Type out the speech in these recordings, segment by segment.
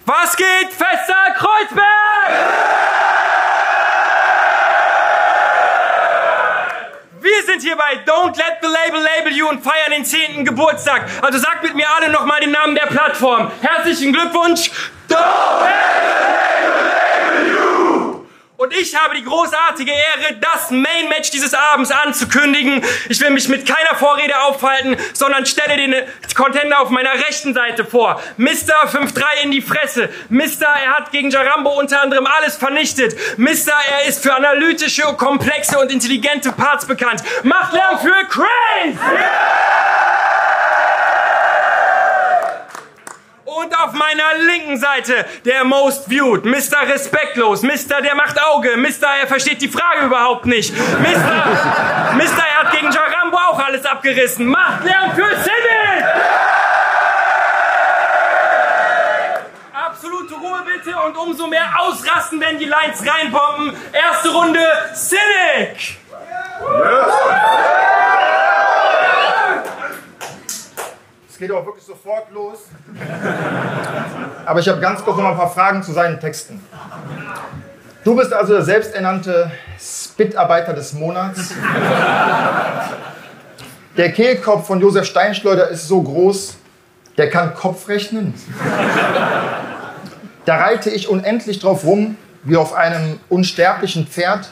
Was geht, Fester Kreuzberg? Wir sind hier bei Don't Let the Label Label You und feiern den 10. Geburtstag. Also sagt mit mir alle nochmal den Namen der Plattform. Herzlichen Glückwunsch. Don't Let the Label Label You. Und ich habe die großartige Ehre, das Main-Match dieses Abends anzukündigen. Ich will mich mit keiner Vorrede aufhalten, sondern stelle den Contender auf meiner rechten Seite vor. Mr. 5-3 in die Fresse. Mr. Er hat gegen Jarambo unter anderem alles vernichtet. Mr. Er ist für analytische, komplexe und intelligente Parts bekannt. Macht Lärm für Craze! Und auf meiner linken Seite der Most Viewed, Mr. Respektlos, Mr. der macht Auge, Mr. er versteht die Frage überhaupt nicht, Mr. er hat gegen Jarambo auch alles abgerissen. Macht Lärm für Cynic! Absolute Ruhe bitte und umso mehr ausrasten, wenn die Lines reinpompen. Erste Runde, Cynic! Es geht auch wirklich sofort los. Aber ich habe ganz kurz noch mal ein paar Fragen zu seinen Texten. Du bist also der selbsternannte Spitarbeiter des Monats. Der Kehlkopf von Josef Steinschleuder ist so groß, der kann Kopf rechnen. Da reite ich unendlich drauf rum, wie auf einem unsterblichen Pferd.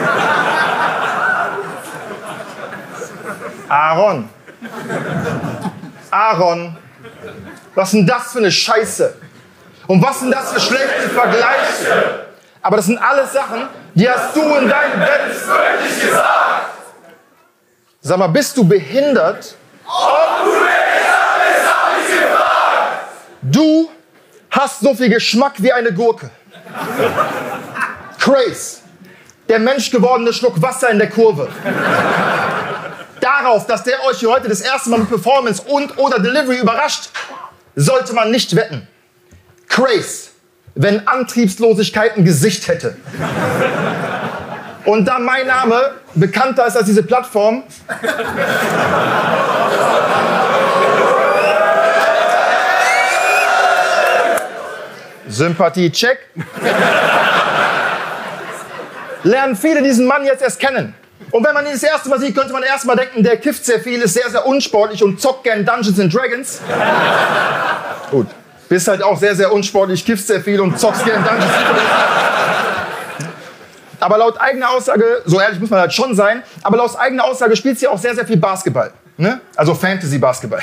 Aaron, was ist denn das für eine Scheiße? Und was sind das für schlechte Vergleiche? Aber das sind alles Sachen, die hast du in deinem Bands wirklich gesagt. Sag mal, bist du behindert? Ob du behindert bist, hab ich gefragt. Du hast so viel Geschmack wie eine Gurke. Craze, der menschgewordene Schluck Wasser in der Kurve. Darauf, dass der euch hier heute das erste Mal mit Performance und oder Delivery überrascht, sollte man nicht wetten. Craze, wenn Antriebslosigkeit ein Gesicht hätte. Und da mein Name bekannter ist als diese Plattform, Sympathie check, lernen viele diesen Mann jetzt erst kennen. Und wenn man ihn das erste Mal sieht, könnte man erst mal denken, der kifft sehr viel, ist sehr, sehr unsportlich und zockt gern Dungeons & Dragons. Gut, bist halt auch sehr, sehr unsportlich, kiffst sehr viel und zockst gern Dungeons & Dragons. Aber laut eigener Aussage, so ehrlich muss man halt schon sein, aber laut eigener Aussage spielt sie auch sehr, sehr viel Basketball. Ne? Also Fantasy-Basketball.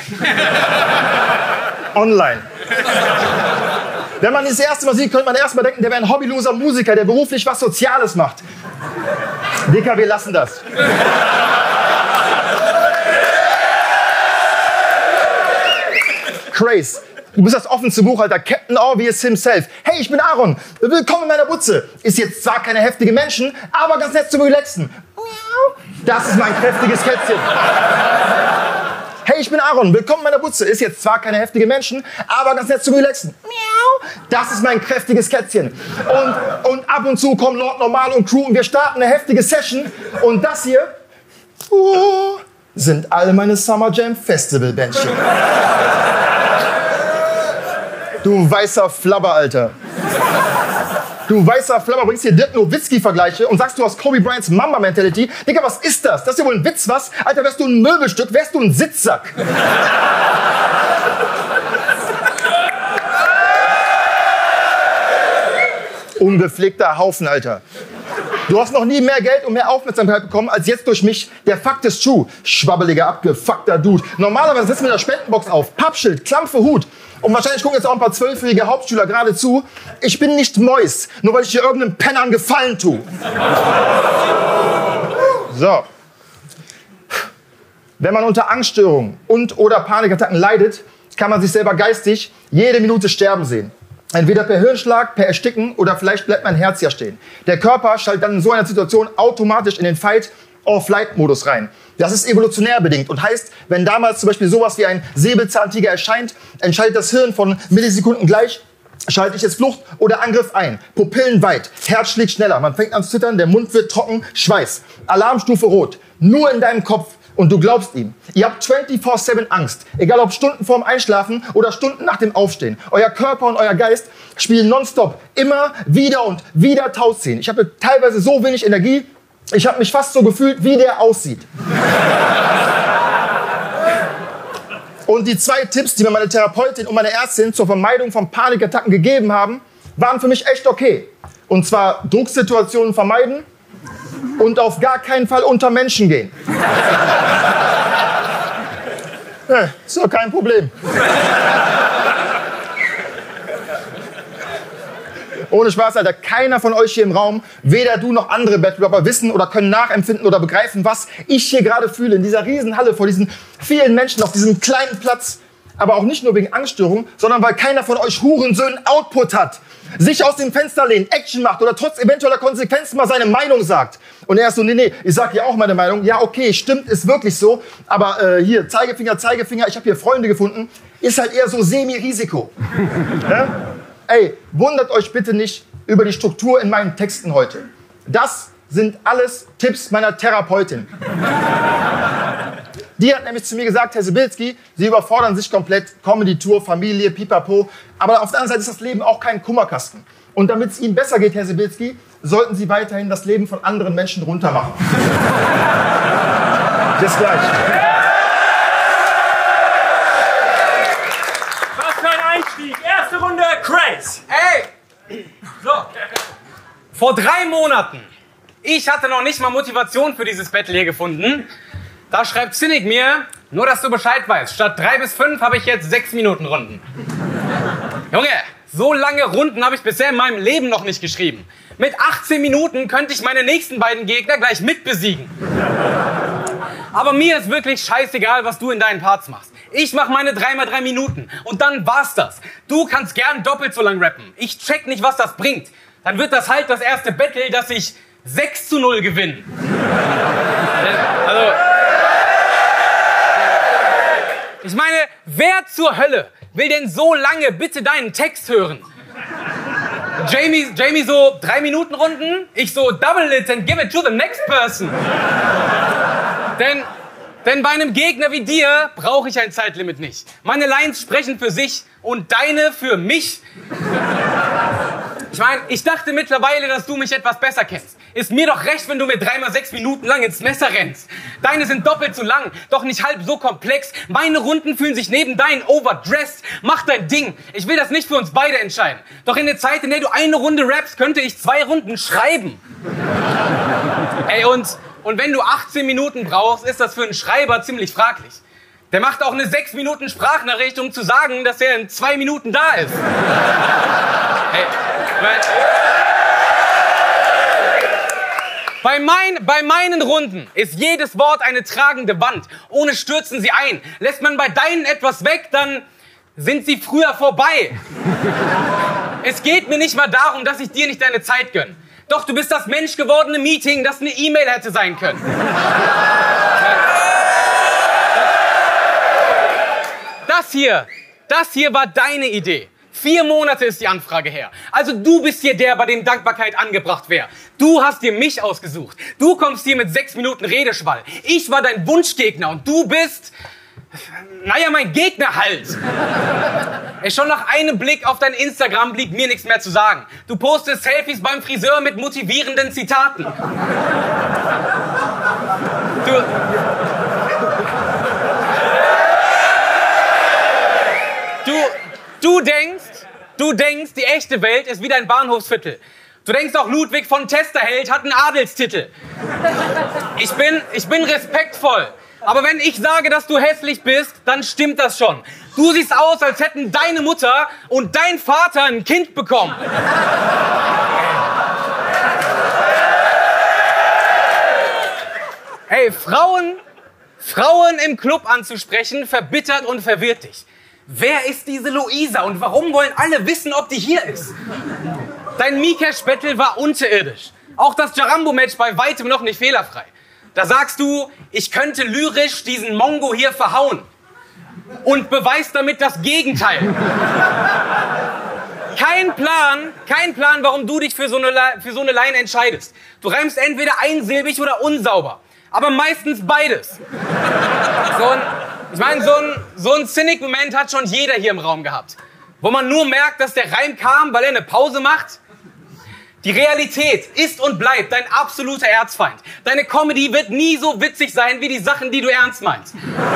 Online. Wenn man ihn das erste Mal sieht, könnte man erst mal denken, der wäre ein hobbyloser Musiker, der beruflich was Soziales macht. Dicker, wir lassen das. Craze. Du bist das offenste Buchhalter, Captain Obvious himself. Hey, ich bin Aaron. Willkommen in meiner Butze. Ist jetzt zwar keine heftige Menschen, aber ganz nett zum Relaxen. Das ist mein kräftiges Kätzchen. Hey, ich bin Aaron. Willkommen in meiner Butze. Ist jetzt zwar keine heftige Menschen, aber ganz nett zum Relaxen. Das ist mein kräftiges Kätzchen. Und ab und zu kommen Lord Normal und Crew und wir starten eine heftige Session. Und das hier sind alle meine Summer Jam Festival Bändchen. Du weißer Flabber, Alter. Du weißer Flabber, bringst hier Dirk Nowitzki-Vergleiche und sagst, du hast Kobe Bryants Mamba-Mentality. Digga, was ist das? Das ist ja wohl ein Witz, was? Alter, wärst du ein Möbelstück, wärst du ein Sitzsack. Ungepflegter Haufen, Alter. Du hast noch nie mehr Geld und mehr Aufmerksamkeit bekommen als jetzt durch mich. Der Fakt ist true. Schwabbeliger, abgefuckter Dude. Normalerweise sitzen wir in der Spendenbox auf. Pappschild, Klampfe, Hut. Und wahrscheinlich gucken jetzt auch ein paar 12-jährige Hauptschüler gerade zu. Ich bin nicht Mois, nur weil ich hier irgendeinem Penner einen Gefallen tue. So. Wenn man unter Angststörungen und oder Panikattacken leidet, kann man sich selber geistig jede Minute sterben sehen. Entweder per Hirnschlag, per Ersticken oder vielleicht bleibt mein Herz ja stehen. Der Körper schaltet dann in so einer Situation automatisch in den Fight-or-Flight-Modus rein. Das ist evolutionär bedingt und heißt, wenn damals zum Beispiel sowas wie ein Säbelzahntiger erscheint, entscheidet das Hirn von Millisekunden gleich, schalte ich jetzt Flucht oder Angriff ein. Pupillen weit, Herz schlägt schneller, man fängt an zu zittern, der Mund wird trocken, Schweiß. Alarmstufe rot. Nur in deinem Kopf Und du glaubst ihm. Ihr habt 24/7 Angst. Egal ob Stunden vorm Einschlafen oder Stunden nach dem Aufstehen. Euer Körper und euer Geist spielen nonstop immer wieder und wieder Tauziehen. Ich hatte teilweise so wenig Energie, ich habe mich fast so gefühlt, wie der aussieht. Und die 2 Tipps, die mir meine Therapeutin und meine Ärztin zur Vermeidung von Panikattacken gegeben haben, waren für mich echt okay. Und zwar Drucksituationen vermeiden und auf gar keinen Fall unter Menschen gehen. Ja, ist doch kein Problem. Ohne Spaß, Alter, keiner von euch hier im Raum, weder du noch andere Battleropper wissen oder können nachempfinden oder begreifen, was ich hier gerade fühle in dieser Riesenhalle vor diesen vielen Menschen auf diesem kleinen Platz. Aber auch nicht nur wegen Angststörung, sondern weil keiner von euch Hurensöhnen Output hat. Sich aus dem Fenster lehnt, Action macht oder trotz eventueller Konsequenzen mal seine Meinung sagt. Und er ist so, nee, ich sag ja auch meine Meinung. Ja, okay, stimmt, ist wirklich so. Aber hier, Zeigefinger, ich habe hier Freunde gefunden. Ist halt eher so Semi-Risiko. Ja? Ey, wundert euch bitte nicht über die Struktur in meinen Texten heute. Das sind alles Tipps meiner Therapeutin. Die hat nämlich zu mir gesagt, Herr Sibilski, Sie überfordern sich komplett. Comedy-Tour, Familie, pipapo. Aber auf der anderen Seite ist das Leben auch kein Kummerkasten. Und damit es Ihnen besser geht, Herr Sibilski, sollten Sie weiterhin das Leben von anderen Menschen runtermachen. Bis gleich. Was für ein Einstieg. Erste Runde, Craze. Ey! So. Vor 3 Monaten. Ich hatte noch nicht mal Motivation für dieses Battle hier gefunden. Da schreibt Cynic mir, nur dass du Bescheid weißt, statt 3 bis 5 habe ich jetzt 6 Minuten Runden. Junge, so lange Runden habe ich bisher in meinem Leben noch nicht geschrieben. Mit 18 Minuten könnte ich meine nächsten beiden Gegner gleich mitbesiegen. Aber mir ist wirklich scheißegal, was du in deinen Parts machst. Ich mache meine 3x3 Minuten und dann war's das. Du kannst gern doppelt so lang rappen. Ich check nicht, was das bringt. Dann wird das halt das erste Battle, dass ich 6:0 gewinne. Also... Ich meine, wer zur Hölle will denn so lange bitte deinen Text hören? Jamie so 3 Minuten Runden, ich so double it and give it to the next person. Denn bei einem Gegner wie dir brauche ich ein Zeitlimit nicht. Meine Lines sprechen für sich und deine für mich. Ich meine, ich dachte mittlerweile, dass du mich etwas besser kennst. Ist mir doch recht, wenn du mir 3x6 Minuten lang ins Messer rennst. Deine sind doppelt so lang, doch nicht halb so komplex. Meine Runden fühlen sich neben deinen overdressed. Mach dein Ding. Ich will das nicht für uns beide entscheiden. Doch in der Zeit, in der du eine Runde rappst, könnte ich 2 Runden schreiben. Ey, und wenn du 18 Minuten brauchst, ist das für einen Schreiber ziemlich fraglich. Der macht auch eine 6 Minuten Sprachnachricht, um zu sagen, dass er in 2 Minuten da ist. Ey, bei meinen Runden ist jedes Wort eine tragende Wand. Ohne stürzen sie ein. Lässt man bei deinen etwas weg, dann sind sie früher vorbei. Es geht mir nicht mal darum, dass ich dir nicht deine Zeit gönne. Doch du bist das menschgewordene Meeting, das eine E-Mail hätte sein können. Das hier war deine Idee. 4 Monate ist die Anfrage her. Also du bist hier der, bei dem Dankbarkeit angebracht wäre. Du hast dir mich ausgesucht. Du kommst hier mit 6 Minuten Redeschwall. Ich war dein Wunschgegner und du bist... Naja, mein Gegner halt. Ey, schon nach einem Blick auf dein Instagram blieb mir nichts mehr zu sagen. Du postest Selfies beim Friseur mit motivierenden Zitaten. Du denkst, die echte Welt ist wie dein Bahnhofsviertel. Du denkst auch, Ludwig von Testerheld hat einen Adelstitel. Ich bin respektvoll. Aber wenn ich sage, dass du hässlich bist, dann stimmt das schon. Du siehst aus, als hätten deine Mutter und dein Vater ein Kind bekommen. Hey, Frauen im Club anzusprechen, verbittert und verwirrt dich. Wer ist diese Luisa und warum wollen alle wissen, ob die hier ist? Dein Mikesh-Battle war unterirdisch. Auch das Jarambo-Match bei weitem noch nicht fehlerfrei. Da sagst du, ich könnte lyrisch diesen Mongo hier verhauen. Und beweist damit das Gegenteil. Kein Plan, warum du dich für so eine Line entscheidest. Du reimst entweder einsilbig oder unsauber. aber meistens beides. So ein Cynic-Moment hat schon jeder hier im Raum gehabt. Wo man nur merkt, dass der Reim kam, weil er eine Pause macht. Die Realität ist und bleibt dein absoluter Erzfeind. Deine Comedy wird nie so witzig sein, wie die Sachen, die du ernst meinst.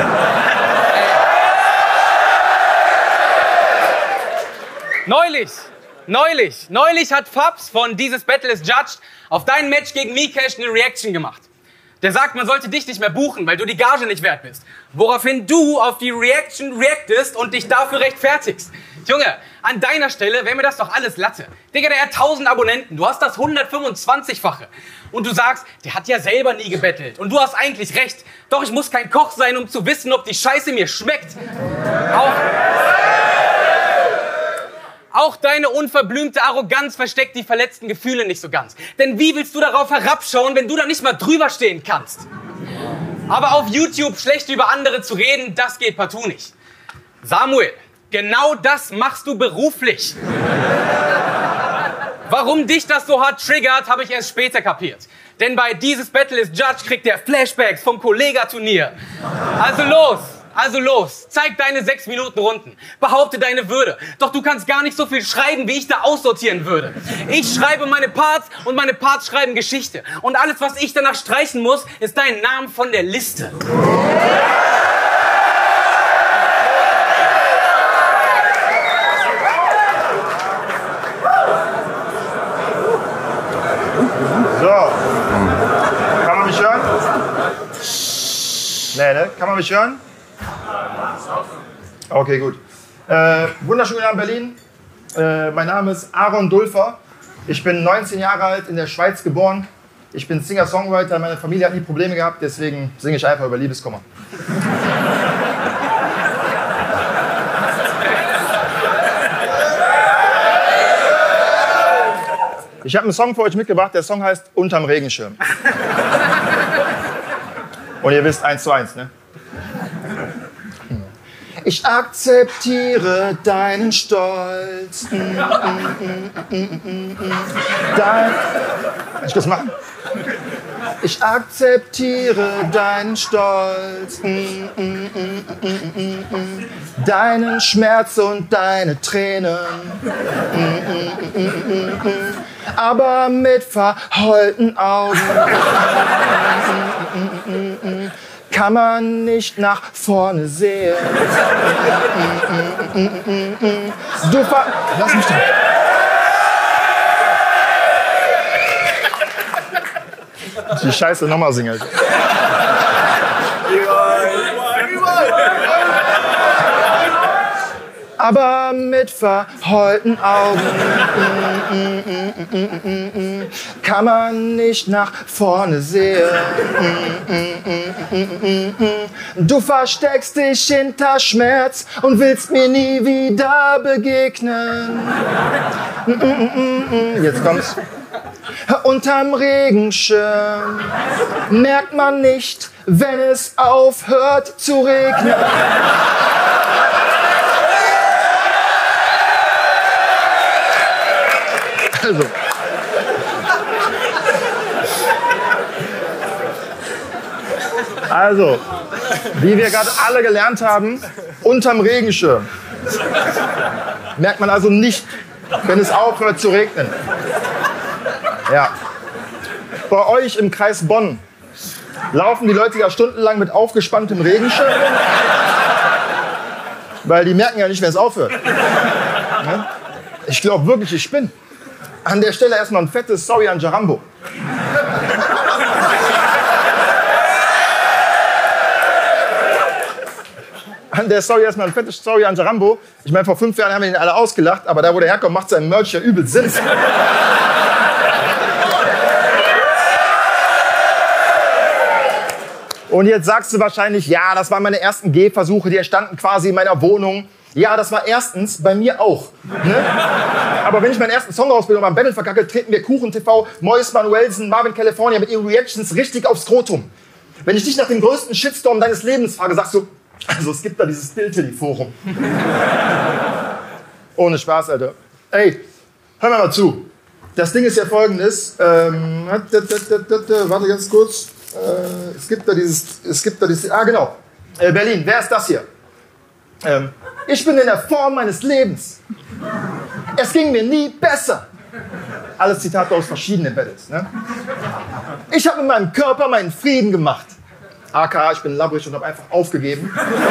Neulich hat Fabs von Dieses Battle is Judged auf dein Match gegen Mikesh eine Reaction gemacht. Der sagt, man sollte dich nicht mehr buchen, weil du die Gage nicht wert bist. Woraufhin du auf die Reaction reactest und dich dafür rechtfertigst. Junge, an deiner Stelle wäre mir das doch alles Latte. Digga, der hat 1000 Abonnenten, du hast das 125-fache. Und du sagst, der hat ja selber nie gebettelt. Und du hast eigentlich recht. Doch ich muss kein Koch sein, um zu wissen, ob die Scheiße mir schmeckt. Auch deine unverblümte Arroganz versteckt die verletzten Gefühle nicht so ganz. Denn wie willst du darauf herabschauen, wenn du da nicht mal drüber stehen kannst? Aber auf YouTube schlecht über andere zu reden, das geht partout nicht. Samuel, genau das machst du beruflich. Warum dich das so hart triggert, habe ich erst später kapiert. Denn bei Dieses Battle is Judged kriegt der Flashbacks vom Kollega-Turnier. Also los, zeig deine 6 Minuten Runden, behaupte deine Würde. Doch du kannst gar nicht so viel schreiben, wie ich da aussortieren würde. Ich schreibe meine Parts und meine Parts schreiben Geschichte. Und alles, was ich danach streichen muss, ist dein Name von der Liste. So, kann man mich hören? Nee, ne? Kann man mich hören? Okay, gut. Wunderschönen Abend Berlin. Mein Name ist Aaron Dulfer. Ich bin 19 Jahre alt, in der Schweiz geboren. Ich bin Singer-Songwriter. Meine Familie hat nie Probleme gehabt, deswegen singe ich einfach über Liebeskummer. Ich habe einen Song für euch mitgebracht. Der Song heißt Unterm Regenschirm. Und ihr wisst 1:1, ne? Ich akzeptiere deinen Stolz. Kann ich das machen? Ich akzeptiere deinen Stolz. Deinen Schmerz und deine Tränen. Aber mit verheulten Augen kann man nicht nach vorne sehen. Lass mich doch. Die Scheiße nochmal singen. Aber mit verheulten Augen kann man nicht nach vorne sehen. Du versteckst dich hinter Schmerz und willst mir nie wieder begegnen. Jetzt kommt's. Unterm Regenschirm merkt man nicht, wenn es aufhört zu regnen. Also, wie wir gerade alle gelernt haben, unterm Regenschirm merkt man also nicht, wenn es aufhört zu regnen. Ja. Bei euch im Kreis Bonn laufen die Leute ja stundenlang mit aufgespanntem Regenschirm, weil die merken ja nicht, wenn es aufhört. Ja? Ich glaube wirklich, ich spinne. An der Stelle erstmal ein fettes Sorry an Jarambo. An der Story erstmal ein fettes Story an Jarambo. Ich meine, vor 5 Jahren haben wir ihn alle ausgelacht, aber da, wo der herkommt, macht sein Merch ja übel Sinn. Und jetzt sagst du wahrscheinlich, ja, das waren meine ersten Gehversuche, die entstanden quasi in meiner Wohnung. Ja, das war erstens bei mir auch. Ne? Aber wenn ich meinen ersten Song rausbringe und beim Battle verkacke, treten mir Kuchen TV, Mois Manuelsen, Marvin California mit ihren Reactions richtig aufs Skrotum. Wenn ich dich nach dem größten Shitstorm deines Lebens frage, sagst du, also es gibt da dieses Diltily-Forum. Ohne Spaß, Alter. Ey, hör mir mal zu. Das Ding ist ja folgendes. Warte ganz kurz. Es gibt da dieses, genau. Berlin, wer ist das hier? Ich bin in der Form meines Lebens. Es ging mir nie besser. Alles Zitate aus verschiedenen Battles. Ne? Ich habe mit meinem Körper meinen Frieden gemacht. AKA, ich bin labbrig und habe einfach aufgegeben.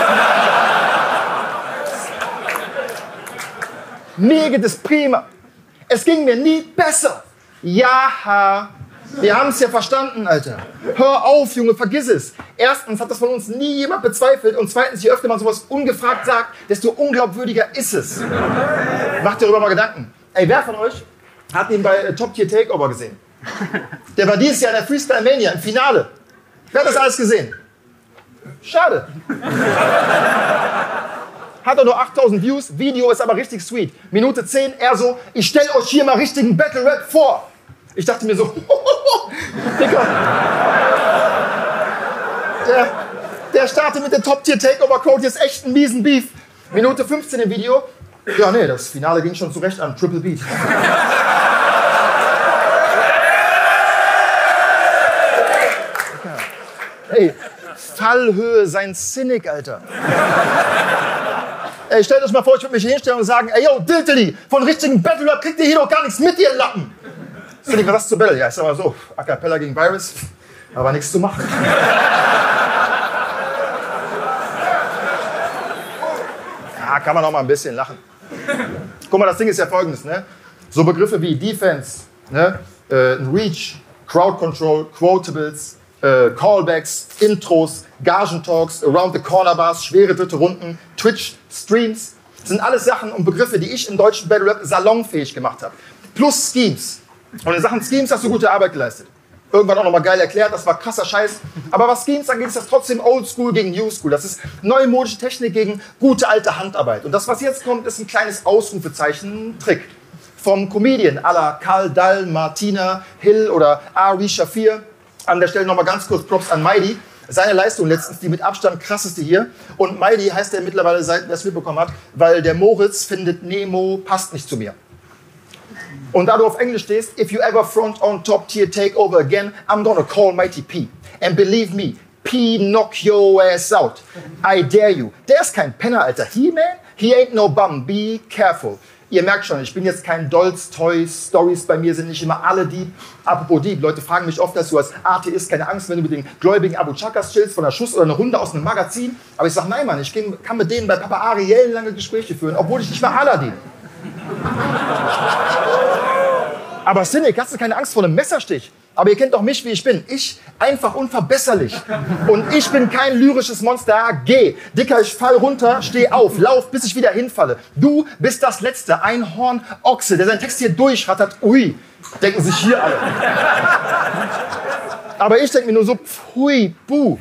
Mir geht es prima. Es ging mir nie besser. Ja, wir haben es ja verstanden, Alter. Hör auf, Junge, vergiss es. Erstens hat das von uns nie jemand bezweifelt und zweitens, je öfter man sowas ungefragt sagt, desto unglaubwürdiger ist es. Macht dir darüber mal Gedanken. Ey, wer von euch hat ihn bei Top Tier Takeover gesehen? Der war dieses Jahr in der Freestyle Mania im Finale. Wer hat das alles gesehen? Schade. Hat er nur 8000 Views, Video ist aber richtig sweet. Minute 10, er so, ich stell euch hier mal richtigen Battle Rap vor. Ich dachte mir so, Dicker, der startet mit der Top-Tier-Takeover-Code, jetzt echt einen miesen Beef. Minute 15 im Video. Ja, nee, das Finale ging schon zurecht an Triple Beat. Ey, Fallhöhe, sein Cynic, Alter. Ey, stellt euch mal vor, ich würde mich hier hinstellen und sagen, ey, yo, Dilteli, von richtigen Battle Rap kriegt ihr hier doch gar nichts mit, ihr Lappen. Cynic, was hast du zu Battle? Ja, ich sag mal so, A Cappella gegen Virus, aber nichts zu machen. Ja, kann man auch mal ein bisschen lachen. Guck mal, das Ding ist ja folgendes, ne? So Begriffe wie Defense, ne? Reach, Crowd Control, Quotables, Callbacks, Intros, Gagentalks, Around the Corner Bars, schwere dritte Runden, Twitch, Streams, sind alles Sachen und Begriffe, die ich im deutschen Battle Rap salonfähig gemacht habe. Plus Schemes. Und in Sachen Schemes hast du gute Arbeit geleistet. Irgendwann auch nochmal geil erklärt, das war krasser Scheiß. Aber was Schemes angeht, ist das trotzdem Oldschool gegen Newschool. Das ist neumodische Technik gegen gute alte Handarbeit. Und das, was jetzt kommt, ist ein kleines Ausrufezeichen, ein Trick. Vom Comedian à la Karl Dall, Martina Hill oder Ari Shafir. An der Stelle nochmal ganz kurz Props an Maidi. Seine Leistung letztens, die mit Abstand krasseste hier. Und Maidi heißt er mittlerweile, seit er es mitbekommen hat, weil der Moritz findet, Nemo passt nicht zu mir. Und da du auf Englisch stehst, if you ever front on top tier takeover again, I'm gonna call Mighty P. And believe me, P knock your ass out. I dare you. Der ist kein Penner, Alter. He-Man? He ain't no bum. Be careful. Ihr merkt schon, ich bin jetzt kein Dolls, Toys, Stories bei mir sind nicht immer alle Dieb. Apropos Dieb, Leute fragen mich oft, dass du als Atheist keine Angst, wenn du mit den gläubigen Abu Chakas chillst, von einer Schuss oder einer Runde aus einem Magazin. Aber ich sag, nein, Mann, ich kann mit denen bei Papa Ariel lange Gespräche führen, obwohl ich nicht mal Aladdin. Aber Cynic, hast du keine Angst vor einem Messerstich? Aber ihr kennt doch mich, wie ich bin. Ich, einfach unverbesserlich. Und ich bin kein lyrisches Monster. Geh. Dicker, ich fall runter, steh auf, lauf, bis ich wieder hinfalle. Du bist das letzte Einhorn-Ochse, der seinen Text hier durchrattert. Ui, denken sich hier alle. Aber ich denke mir nur so, pfui, buh.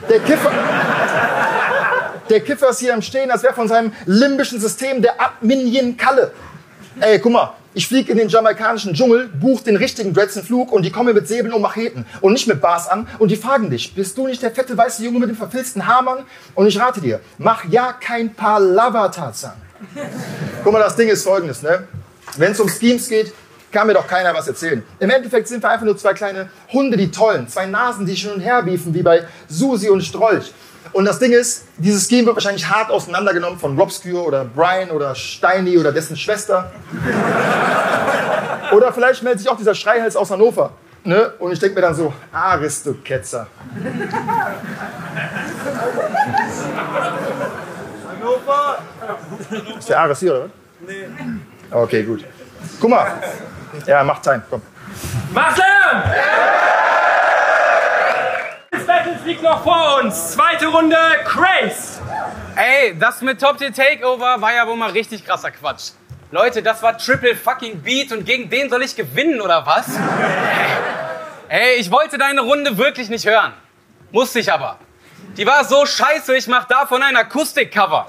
Der Kiffer ist hier am Stehen, als wäre von seinem limbischen System der Abminion Kalle. Ey, guck mal. Ich fliege in den jamaikanischen Dschungel, buche den richtigen Dreadsen-Flug und die kommen mit Säbeln und Macheten und nicht mit Bars an und die fragen dich, bist du nicht der fette weiße Junge mit dem verfilzten Haarmann? Und ich rate dir, mach ja kein paar Lava-Tarzan. Guck mal, das Ding ist folgendes, ne? Wenn es um Schemes geht, kann mir doch keiner was erzählen. Im Endeffekt sind wir einfach nur zwei kleine Hunde, die tollen, zwei Nasen, die hin und her biefen, wie bei Susi und Strolch. Und das Ding ist, dieses Scheme wird wahrscheinlich hart auseinandergenommen von Robscure oder Brian oder Steini oder dessen Schwester. Oder vielleicht meldet sich auch dieser Schreihals aus Hannover. Ne? Und ich denke mir dann so, Aris, du Ketzer. Hannover! Ist der Aris hier, oder? Nee. Okay, gut. Guck mal. Ja, mach Time, komm. Mach Lärm! Das Battle liegt noch vor uns. Zweite Runde, Craze. Ey, das mit Top Tier Takeover war ja wohl mal richtig krasser Quatsch. Leute, das war Triple fucking Beat und gegen den soll ich gewinnen, oder was? Ey, ich wollte deine Runde wirklich nicht hören. Musste ich aber. Die war so scheiße, ich mach davon ein Akustikcover.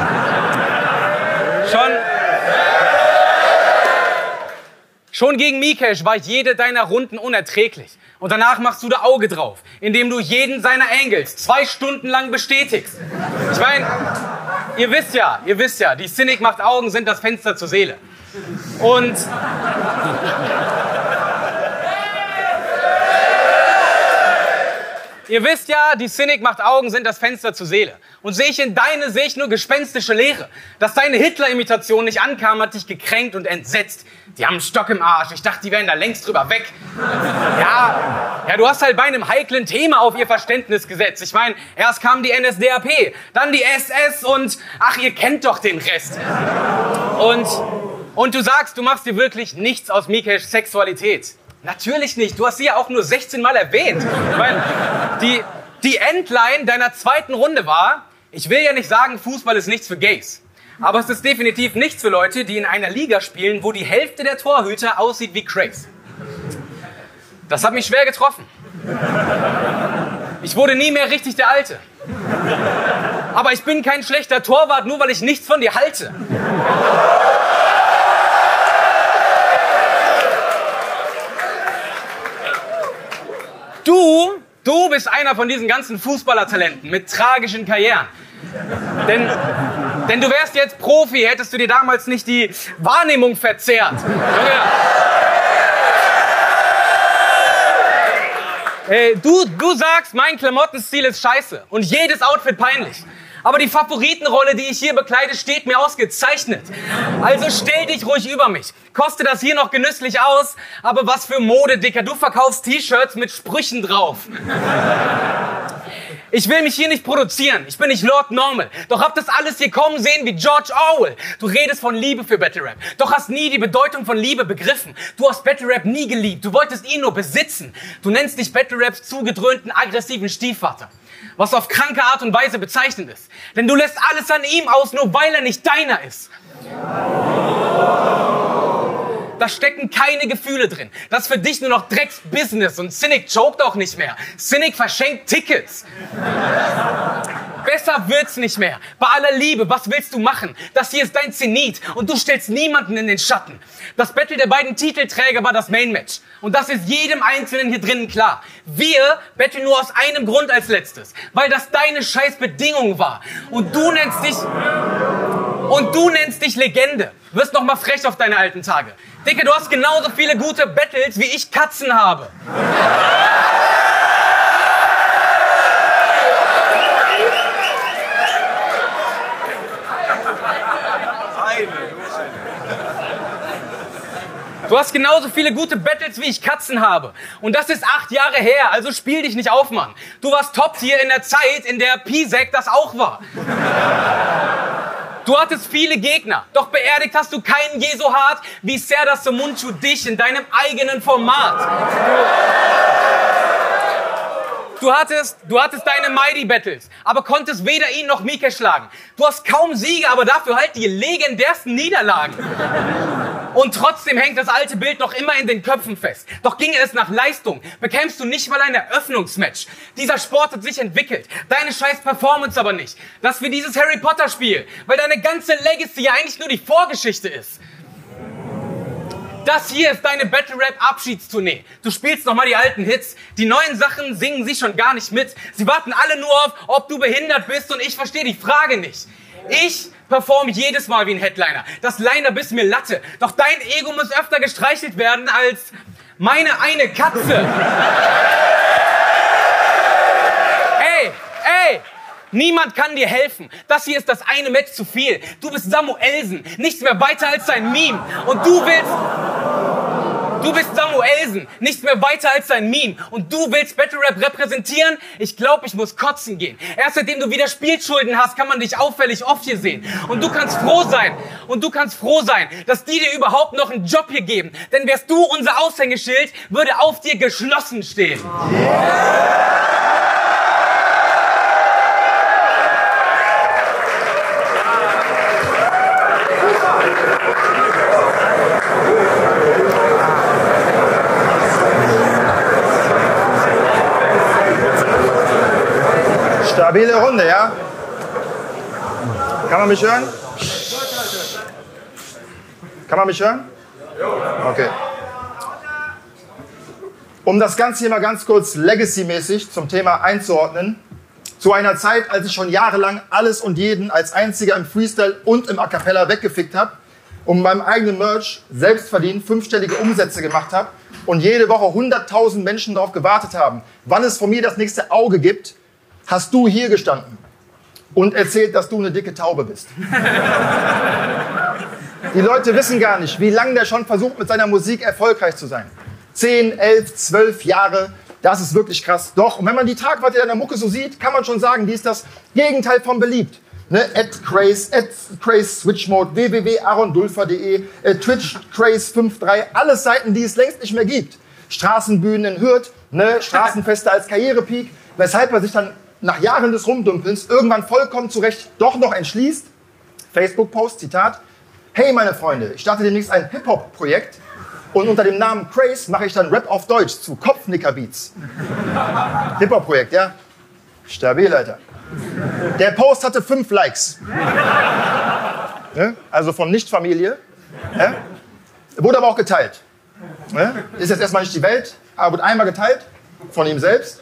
Schon gegen Mikesh war jede deiner Runden unerträglich. Und danach machst du da Auge drauf, indem du jeden seiner Angles 2 Stunden lang bestätigst. Ich meine, ihr wisst ja, die Cynic macht Augen sind das Fenster zur Seele. Und Ihr wisst ja, die Cynic macht Augen sind das Fenster zur Seele. Und sehe ich in deine, sehe ich nur gespenstische Leere. Dass deine Hitler-Imitation nicht ankam, hat dich gekränkt und entsetzt. Die haben einen Stock im Arsch. Ich dachte, die wären da längst drüber weg. Ja, du hast halt bei einem heiklen Thema auf ihr Verständnis gesetzt. Ich meine, erst kam die NSDAP, dann die SS und ach, ihr kennt doch den Rest. Und du sagst, du machst dir wirklich nichts aus Mikesh Sexualität. Natürlich nicht. Du hast sie ja auch nur 16 Mal erwähnt. Ich meine, die Endline deiner zweiten Runde war, ich will ja nicht sagen, Fußball ist nichts für Gays. Aber es ist definitiv nichts für Leute, die in einer Liga spielen, wo die Hälfte der Torhüter aussieht wie Craze. Das hat mich schwer getroffen. Ich wurde nie mehr richtig der Alte. Aber ich bin kein schlechter Torwart, nur weil ich nichts von dir halte. Du bist einer von diesen ganzen Fußballertalenten mit tragischen Karrieren. Denn du wärst jetzt Profi, hättest du dir damals nicht die Wahrnehmung verzerrt. Du sagst, mein Klamottenstil ist scheiße und jedes Outfit peinlich. Aber die Favoritenrolle, die ich hier bekleide, steht mir ausgezeichnet. Also stell dich ruhig über mich. Koste das hier noch genüsslich aus, aber was für Mode, Dicker. Du verkaufst T-Shirts mit Sprüchen drauf. Ich will mich hier nicht produzieren. Ich bin nicht Lord Normal. Doch hab das alles hier kommen sehen wie George Orwell. Du redest von Liebe für Battle Rap. Doch hast nie die Bedeutung von Liebe begriffen. Du hast Battle Rap nie geliebt. Du wolltest ihn nur besitzen. Du nennst dich Battle Raps zugedröhnten, aggressiven Stiefvater. Was auf kranke Art und Weise bezeichnend ist. Denn du lässt alles an ihm aus, nur weil er nicht deiner ist. Da stecken keine Gefühle drin. Das ist für dich nur noch Drecksbusiness und Cynic joked auch nicht mehr. Cynic verschenkt Tickets. Besser wird's nicht mehr. Bei aller Liebe, was willst du machen? Das hier ist dein Zenit und du stellst niemanden in den Schatten. Das Battle der beiden Titelträger war das Main-Match. Und das ist jedem Einzelnen hier drinnen klar. Wir battlen nur aus einem Grund als letztes. Weil das deine scheiß Bedingung war. Und du nennst dich Legende. Wirst noch mal frech auf deine alten Tage. Dicke, du hast genauso viele gute Battles, wie ich Katzen habe. Du hast genauso viele gute Battles, wie ich Katzen habe. Und das ist 8 Jahre her, also spiel dich nicht auf, Mann. Du warst Top-Tier in der Zeit, in der Pisek das auch war. Du hattest viele Gegner, doch beerdigt hast du keinen je so hart, wie Serdar Somuncu dich in deinem eigenen Format. Du hattest deine Mighty-Battles, aber konntest weder ihn noch Mikesh schlagen. Du hast kaum Siege, aber dafür halt die legendärsten Niederlagen. Und trotzdem hängt das alte Bild noch immer in den Köpfen fest. Doch ginge es nach Leistung, bekämst du nicht mal ein Eröffnungsmatch. Dieser Sport hat sich entwickelt, deine scheiß Performance aber nicht. Das wie dieses Harry Potter Spiel, weil deine ganze Legacy ja eigentlich nur die Vorgeschichte ist. Das hier ist deine Battle-Rap-Abschiedstournee. Du spielst nochmal die alten Hits. Die neuen Sachen singen sie schon gar nicht mit. Sie warten alle nur auf, ob du behindert bist und ich verstehe die Frage nicht. Ich performe jedes Mal wie ein Headliner. Das Line-Up ist mir Latte. Doch dein Ego muss öfter gestreichelt werden als meine eine Katze. Ey! Niemand kann dir helfen. Das hier ist das eine Match zu viel. Du bist Samuelsen, nichts mehr weiter als ein Meme. Und du bist Samuelsen, nichts mehr weiter als ein Meme. Und du willst Battle Rap repräsentieren? Ich glaube, ich muss kotzen gehen. Erst seitdem du wieder Spielschulden hast, kann man dich auffällig oft hier sehen. Und du kannst froh sein, dass die dir überhaupt noch einen Job hier geben. Denn wärst du unser Aushängeschild, würde auf dir geschlossen stehen. Stabile Runde, ja? Kann man mich hören? Kann man mich hören? Okay. Um das Ganze hier mal ganz kurz Legacy-mäßig zum Thema einzuordnen. Zu einer Zeit, als ich schon jahrelang alles und jeden als einziger im Freestyle und im A Cappella weggefickt habe, und mit meinem eigenen Merch selbst verdient 5-stellige Umsätze gemacht habe und jede Woche 100.000 Menschen darauf gewartet haben, wann es von mir das nächste Auge gibt, hast du hier gestanden und erzählt, dass du eine dicke Taube bist. Die Leute wissen gar nicht, wie lange der schon versucht, mit seiner Musik erfolgreich zu sein. 10, 11, 12 Jahre, das ist wirklich krass. Doch, und wenn man die Tragweite deiner Mucke so sieht, kann man schon sagen, die ist das Gegenteil von beliebt. Ne? @Craze Switch Mode, www.arondulfer.de, Twitch Craze53, alles Seiten, die es längst nicht mehr gibt. Straßenbühnen in Hürth, ne? Straßenfeste als Karrierepeak, weshalb er sich dann nach Jahren des Rumdümpelns irgendwann vollkommen zu Recht doch noch entschließt. Facebook-Post, Zitat: Hey meine Freunde, ich starte demnächst ein Hip-Hop-Projekt und unter dem Namen Craze mache ich dann Rap auf Deutsch zu Kopfnicker-Beats. Hip-Hop-Projekt, ja? Stabil, Alter. Der Post hatte 5 Likes. Ne? Also von Nicht-Familie. Ja? Wurde aber auch geteilt. Ne? Ist jetzt erstmal nicht die Welt, aber wurde einmal geteilt von ihm selbst.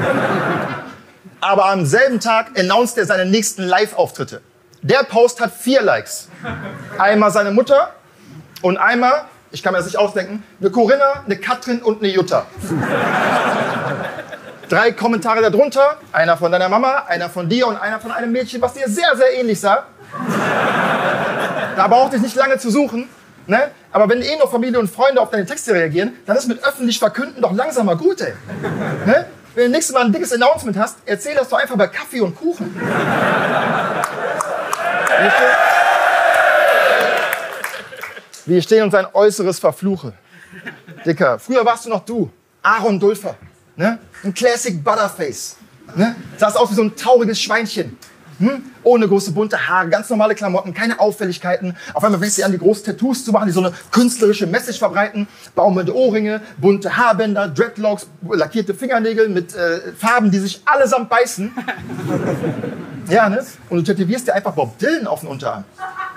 Aber am selben Tag announced er seine nächsten Live-Auftritte. Der Post hat 4 Likes. Einmal seine Mutter und einmal, ich kann mir das nicht ausdenken, eine Corinna, eine Katrin und eine Jutta. 3 Kommentare darunter, einer von deiner Mama, einer von dir und einer von einem Mädchen, was dir sehr, sehr ähnlich sah. Da braucht es nicht lange zu suchen. Ne? Aber wenn eh noch Familie und Freunde auf deine Texte reagieren, dann ist mit öffentlich Verkünden doch langsam mal gut, ey. Ne? Wenn du nächstes Mal ein dickes Announcement hast, erzähl das doch einfach bei Kaffee und Kuchen. Wie ich stehe und sein Äußeres verfluche. Dicker, früher warst du noch du, Aron Dulfer. Ne? Ein Classic Butterface. Ne? Sahst aus wie so ein trauriges Schweinchen. Ohne große bunte Haare, ganz normale Klamotten, keine Auffälligkeiten. Auf einmal fängst du an, die großen Tattoos zu machen, die so eine künstlerische Message verbreiten. Baumelnde Ohrringe, bunte Haarbänder, Dreadlocks, lackierte Fingernägel mit Farben, die sich allesamt beißen. Ja, ne? Und du tätowierst dir einfach Bob Dylan auf den Unterarm.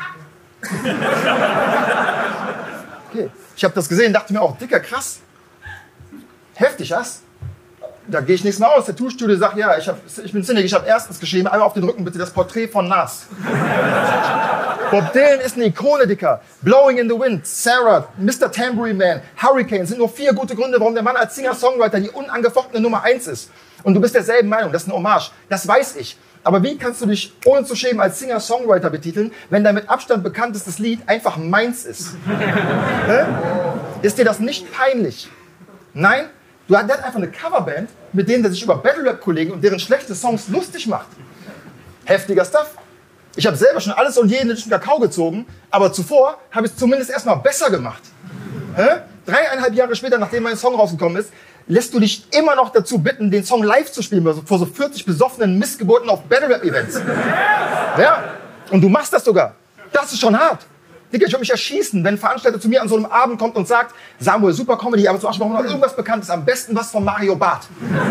Okay. Ich habe das gesehen, dachte mir auch, dicker, krass. Heftig, was? Da gehe ich nächstes Mal aus. Der Tattoo-Studio sagt, ja, ich bin Cynic, ich habe erstens geschrieben, einmal auf den Rücken bitte das Porträt von Nas. Bob Dylan ist eine Ikone, Dicker. Blowing in the Wind, Sarah, Mr. Tambourine Man, Hurricane sind nur 4 gute Gründe, warum der Mann als Singer-Songwriter die unangefochtene Nummer 1 ist. Und du bist derselben Meinung, das ist eine Hommage. Das weiß ich. Aber wie kannst du dich ohne zu schämen als Singer-Songwriter betiteln, wenn dein mit Abstand bekanntestes Lied einfach meins ist? Ist dir das nicht peinlich? Nein? Der hat einfach eine Coverband, mit denen der sich über Battle-Rap-Kollegen und deren schlechte Songs lustig macht. Heftiger Stuff. Ich habe selber schon alles und jeden durch den Kakao gezogen, aber zuvor habe ich es zumindest erstmal besser gemacht. 3,5 Jahre später, nachdem mein Song rausgekommen ist, lässt du dich immer noch dazu bitten, den Song live zu spielen, vor so 40 besoffenen Missgeburten auf Battle-Rap-Events. Ja, und du machst das sogar. Das ist schon hart. Digga, ich würde mich erschießen, wenn ein Veranstalter zu mir an so einem Abend kommt und sagt, Samuel, super Comedy, aber zum Beispiel noch irgendwas Bekanntes, am besten was von Mario Barth.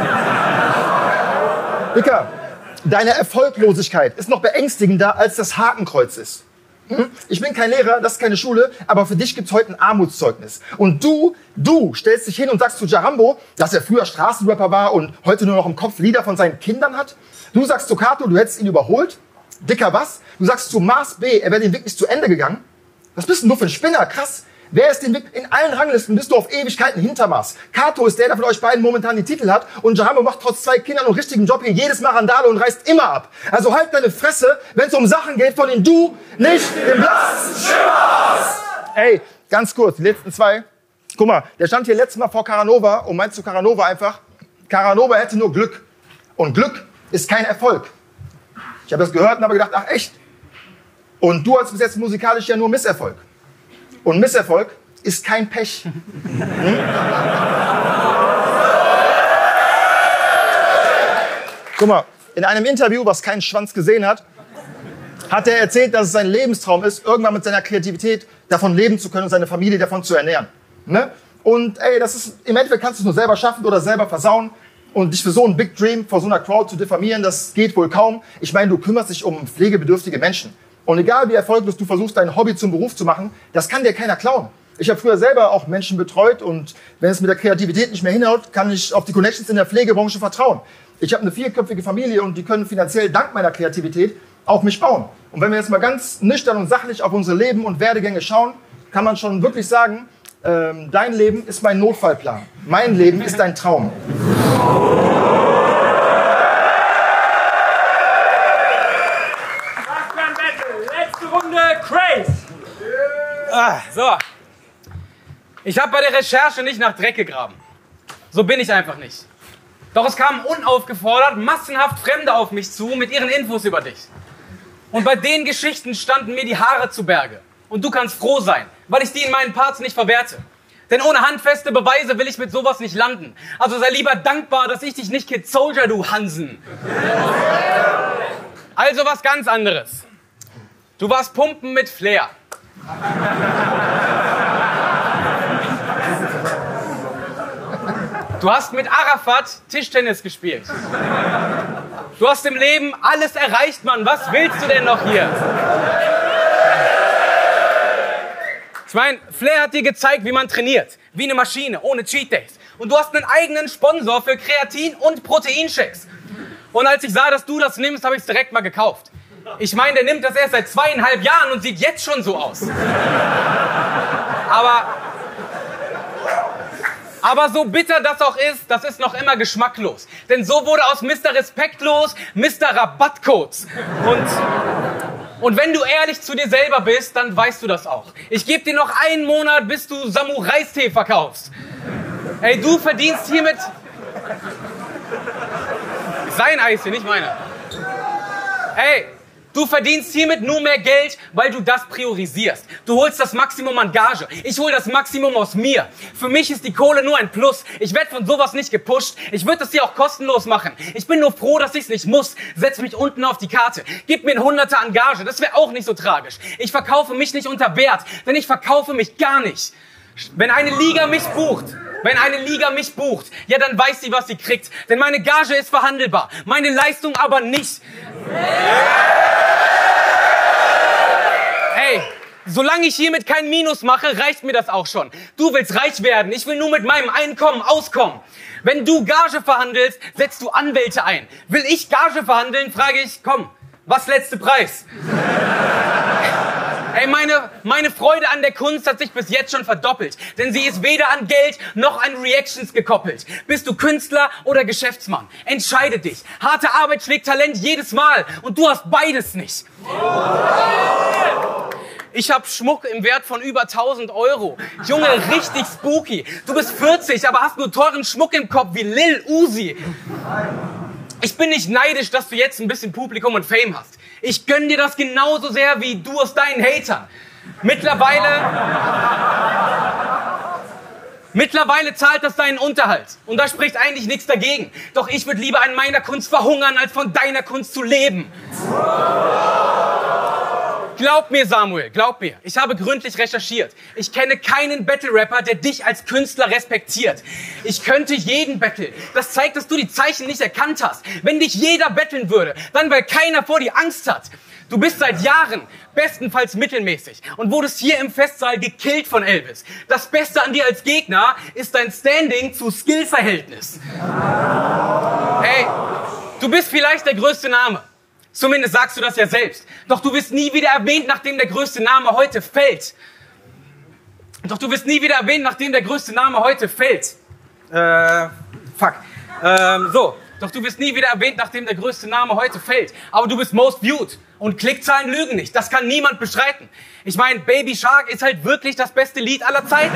Digga, deine Erfolglosigkeit ist noch beängstigender, als das Hakenkreuz ist. Ich bin kein Lehrer, das ist keine Schule, aber für dich gibt's heute ein Armutszeugnis. Und du stellst dich hin und sagst zu Jarambo, dass er früher Straßenrapper war und heute nur noch im Kopf Lieder von seinen Kindern hat. Du sagst zu Kato, du hättest ihn überholt. Dicker, was? Du sagst zu Mars B, er wäre den Weg nicht zu Ende gegangen. Was bist denn du für ein Spinner? Krass. Wer ist den Weg? In allen Ranglisten bist du auf Ewigkeiten hinter Mars. Kato ist der von euch beiden momentan die Titel hat und Jarambo macht trotz 2 Kindern und richtigen Job hier jedes Mal Randale und reißt immer ab. Also halt deine Fresse, wenn es um Sachen geht, von denen du nicht im blassesten Schimmer hast. Ey, ganz kurz, die letzten 2. Guck mal, der stand hier letztes Mal vor Caranova und meint zu Caranova einfach, Caranova hätte nur Glück. Und Glück ist kein Erfolg. Ich habe das gehört und habe gedacht, ach echt? Und du hast bis jetzt musikalisch ja nur Misserfolg. Und Misserfolg ist kein Pech. Guck mal, in einem Interview, was kein Schwanz gesehen hat, hat er erzählt, dass es sein Lebenstraum ist, irgendwann mit seiner Kreativität davon leben zu können und seine Familie davon zu ernähren. Ne? Und ey, das ist, im Endeffekt kannst du es nur selber schaffen oder selber versauen. Und dich für so einen Big Dream vor so einer Crowd zu diffamieren, das geht wohl kaum. Ich meine, du kümmerst dich um pflegebedürftige Menschen. Und egal wie erfolglos du versuchst, dein Hobby zum Beruf zu machen, das kann dir keiner klauen. Ich habe früher selber auch Menschen betreut und wenn es mit der Kreativität nicht mehr hinhaut, kann ich auf die Connections in der Pflegebranche vertrauen. Ich habe eine 4-köpfige Familie und die können finanziell dank meiner Kreativität auf mich bauen. Und wenn wir jetzt mal ganz nüchtern und sachlich auf unsere Leben und Werdegänge schauen, kann man schon wirklich sagen, dein Leben ist mein Notfallplan. Mein Leben ist dein Traum. Letzte Runde, Craze. So. Ich habe bei der Recherche nicht nach Dreck gegraben. So bin ich einfach nicht. Doch es kamen unaufgefordert massenhaft Fremde auf mich zu mit ihren Infos über dich. Und bei den Geschichten standen mir die Haare zu Berge. Und du kannst froh sein, weil ich die in meinen Parts nicht verwerte. Denn ohne handfeste Beweise will ich mit sowas nicht landen. Also sei lieber dankbar, dass ich dich nicht Kid Soldier, du Hansen. Also was ganz anderes. Du warst pumpen mit Flair. Du hast mit Arafat Tischtennis gespielt. Du hast im Leben alles erreicht, Mann. Was willst du denn noch hier? Ich meine, Flair hat dir gezeigt, wie man trainiert. Wie eine Maschine, ohne Cheat Days. Und du hast einen eigenen Sponsor für Kreatin- und Proteinshakes. Und als ich sah, dass du das nimmst, habe ich es direkt mal gekauft. Ich meine, der nimmt das erst seit 2,5 Jahren und sieht jetzt schon so aus. Aber so bitter das auch ist, das ist noch immer geschmacklos. Denn so wurde aus Mr. Respektlos Mr. Rabattcodes. Und wenn du ehrlich zu dir selber bist, dann weißt du das auch. Ich gebe dir noch 1 Monat, bis du Samurai-Tee verkaufst. Ey, du verdienst hiermit... Sein Eis hier, nicht meine. Ey, du verdienst hiermit nur mehr Geld, weil du das priorisierst. Du holst das Maximum an Gage. Ich hol das Maximum aus mir. Für mich ist die Kohle nur ein Plus. Ich werde von sowas nicht gepusht. Ich würde das hier auch kostenlos machen. Ich bin nur froh, dass ich es nicht muss. Setz mich unten auf die Karte. Gib mir ein 100er an Gage. Das wäre auch nicht so tragisch. Ich verkaufe mich nicht unter Wert, denn ich verkaufe mich gar nicht. Wenn eine Liga mich bucht, ja, dann weiß sie, was sie kriegt. Denn meine Gage ist verhandelbar, meine Leistung aber nicht. Hey, solange ich hiermit kein Minus mache, reicht mir das auch schon. Du willst reich werden, ich will nur mit meinem Einkommen auskommen. Wenn du Gage verhandelst, setzt du Anwälte ein. Will ich Gage verhandeln, frage ich, komm, was letzte Preis? Ey, meine Freude an der Kunst hat sich bis jetzt schon verdoppelt. Denn sie ist weder an Geld noch an Reactions gekoppelt. Bist du Künstler oder Geschäftsmann? Entscheide dich. Harte Arbeit schlägt Talent jedes Mal. Und du hast beides nicht. Ich hab Schmuck im Wert von über 1.000 Euro. Junge, richtig spooky. Du bist 40, aber hast nur teuren Schmuck im Kopf wie Lil Uzi. Ich bin nicht neidisch, dass du jetzt ein bisschen Publikum und Fame hast. Ich gönn dir das genauso sehr wie du aus deinen Hatern. Mittlerweile zahlt das deinen Unterhalt. Und da spricht eigentlich nichts dagegen. Doch ich würde lieber an meiner Kunst verhungern, als von deiner Kunst zu leben. Glaub mir, Samuel, glaub mir. Ich habe gründlich recherchiert. Ich kenne keinen Battle-Rapper, der dich als Künstler respektiert. Ich könnte jeden battlen. Das zeigt, dass du die Zeichen nicht erkannt hast. Wenn dich jeder battlen würde, dann weil keiner vor dir Angst hat. Du bist seit Jahren bestenfalls mittelmäßig und wurdest hier im Festsaal gekillt von Elvis. Das Beste an dir als Gegner ist dein Standing zu Skill-Verhältnis. Hey, du bist vielleicht der größte Name. Zumindest sagst du das ja selbst. Doch du wirst nie wieder erwähnt, nachdem der größte Name heute fällt. Doch du wirst nie wieder erwähnt, nachdem der größte Name heute fällt. Aber du bist most viewed. Und Klickzahlen lügen nicht. Das kann niemand bestreiten. Ich meine, Baby Shark ist halt wirklich das beste Lied aller Zeiten.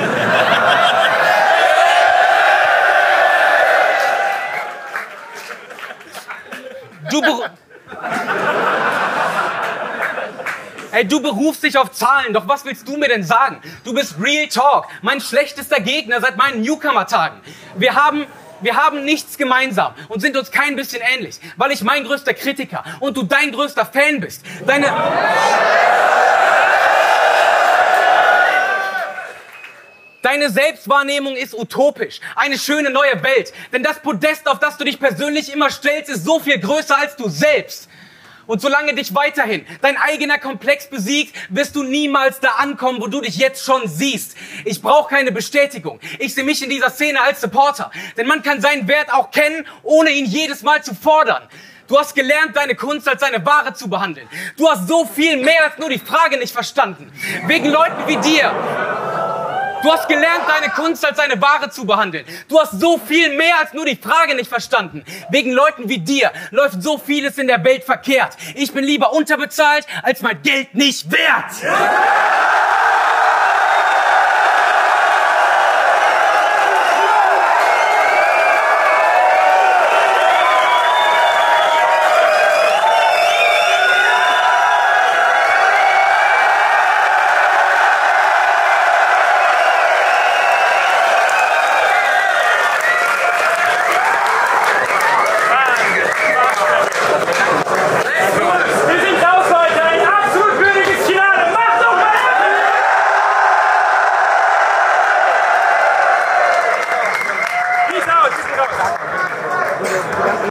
Du berufst dich auf Zahlen, doch was willst du mir denn sagen? Du bist Real Talk, mein schlechtester Gegner seit meinen Newcomer-Tagen. Wir haben nichts gemeinsam und sind uns kein bisschen ähnlich, weil ich mein größter Kritiker und du dein größter Fan bist. Deine Selbstwahrnehmung ist utopisch. Eine schöne neue Welt. Denn das Podest, auf das du dich persönlich immer stellst, ist so viel größer als du selbst. Und solange dich weiterhin dein eigener Komplex besiegt, wirst du niemals da ankommen, wo du dich jetzt schon siehst. Ich brauche keine Bestätigung. Ich sehe mich in dieser Szene als Supporter. Denn man kann seinen Wert auch kennen, ohne ihn jedes Mal zu fordern. Du hast gelernt, deine Kunst als eine Ware zu behandeln. Du hast so viel mehr als nur die Frage nicht verstanden. Wegen Leuten wie dir. Du hast gelernt, deine Kunst als eine Ware zu behandeln. Du hast so viel mehr als nur die Frage nicht verstanden. Wegen Leuten wie dir läuft so vieles in der Welt verkehrt. Ich bin lieber unterbezahlt, als mein Geld nicht wert.